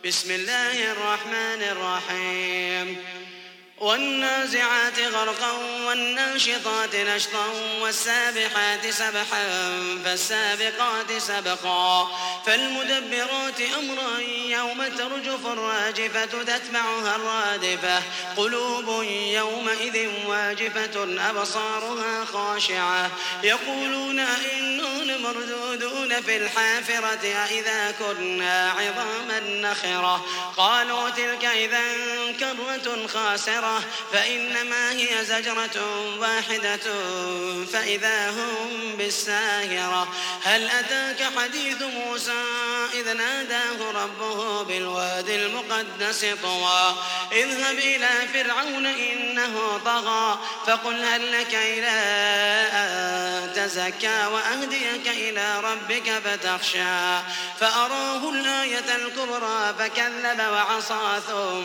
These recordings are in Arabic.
بسم الله الرحمن الرحيم والنازعات غرقا والناشطات نشطا والسابحات سبحا فالسابقات سبقا فالمدبرات أمرا يوم ترجف الراجفة تتبعها الرادفة قلوب يومئذ واجفة أبصارها خاشعة يقولون إنا لمردودون في الحافرة أإذا كنا عظاما نخرة قالوا تلك إذا كرة خاسرة فإنما هي زجرة واحدة فإذا هم بالساهرة هل أتاك حديث موسى إذ ناداه ربه بالوادي المقدس طوى اذهب إلى فرعون إنه طغى فقل هل لك إلى أن تزكى وأهديك إلى ربك فتخشى فأراه الآية الكبرى فكذب وعصى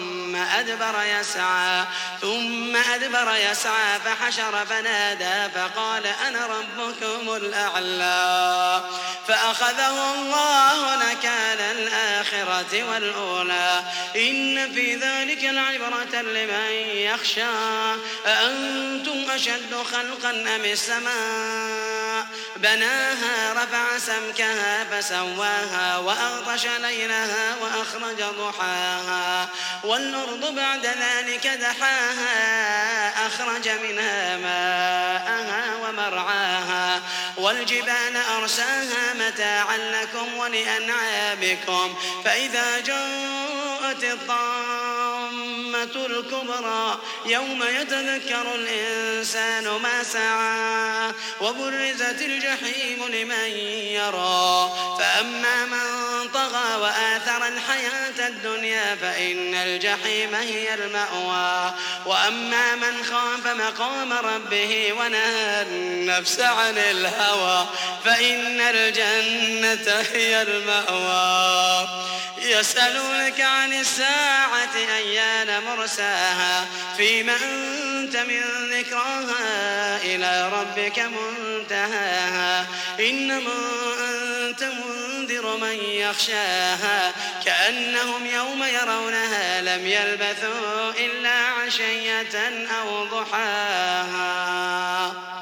ثم أدبر يسعى فحشر فنادى فقال أنا ربكم الأعلى فأخذه الله نكال الآخرة والأولى إن في ذلك لعبرة لمن يخشى أأنتم أشد خلقا أم السماء بناها رفع سمكها فسواها وأغطش ليلها وأخرج ضحاها والأرض بعد ذلك دحاها أخرج منها ماءها ومرعاها والجبال أرساها متاعا لكم ولأنعامكم فإذا جاءت الطامة الكبرى يوم يتذكر الإنسان ما سعى وبرزت الجحيم لمن يرى فأما من طغى وآثر الحياة الدنيا فإن الجحيم هي المأوى وأما من خاف مقام ربه ونهى النفس عن الهوى فإن الجنة هي المأوى يسألونك عن الساعة أيان مرساها فيما أنت من ذكراها إلى ربك منتهاها إنما أنت منذر من يخشاها كأنهم يوم يرونها لم يلبثوا إلا عشية أو ضحاها.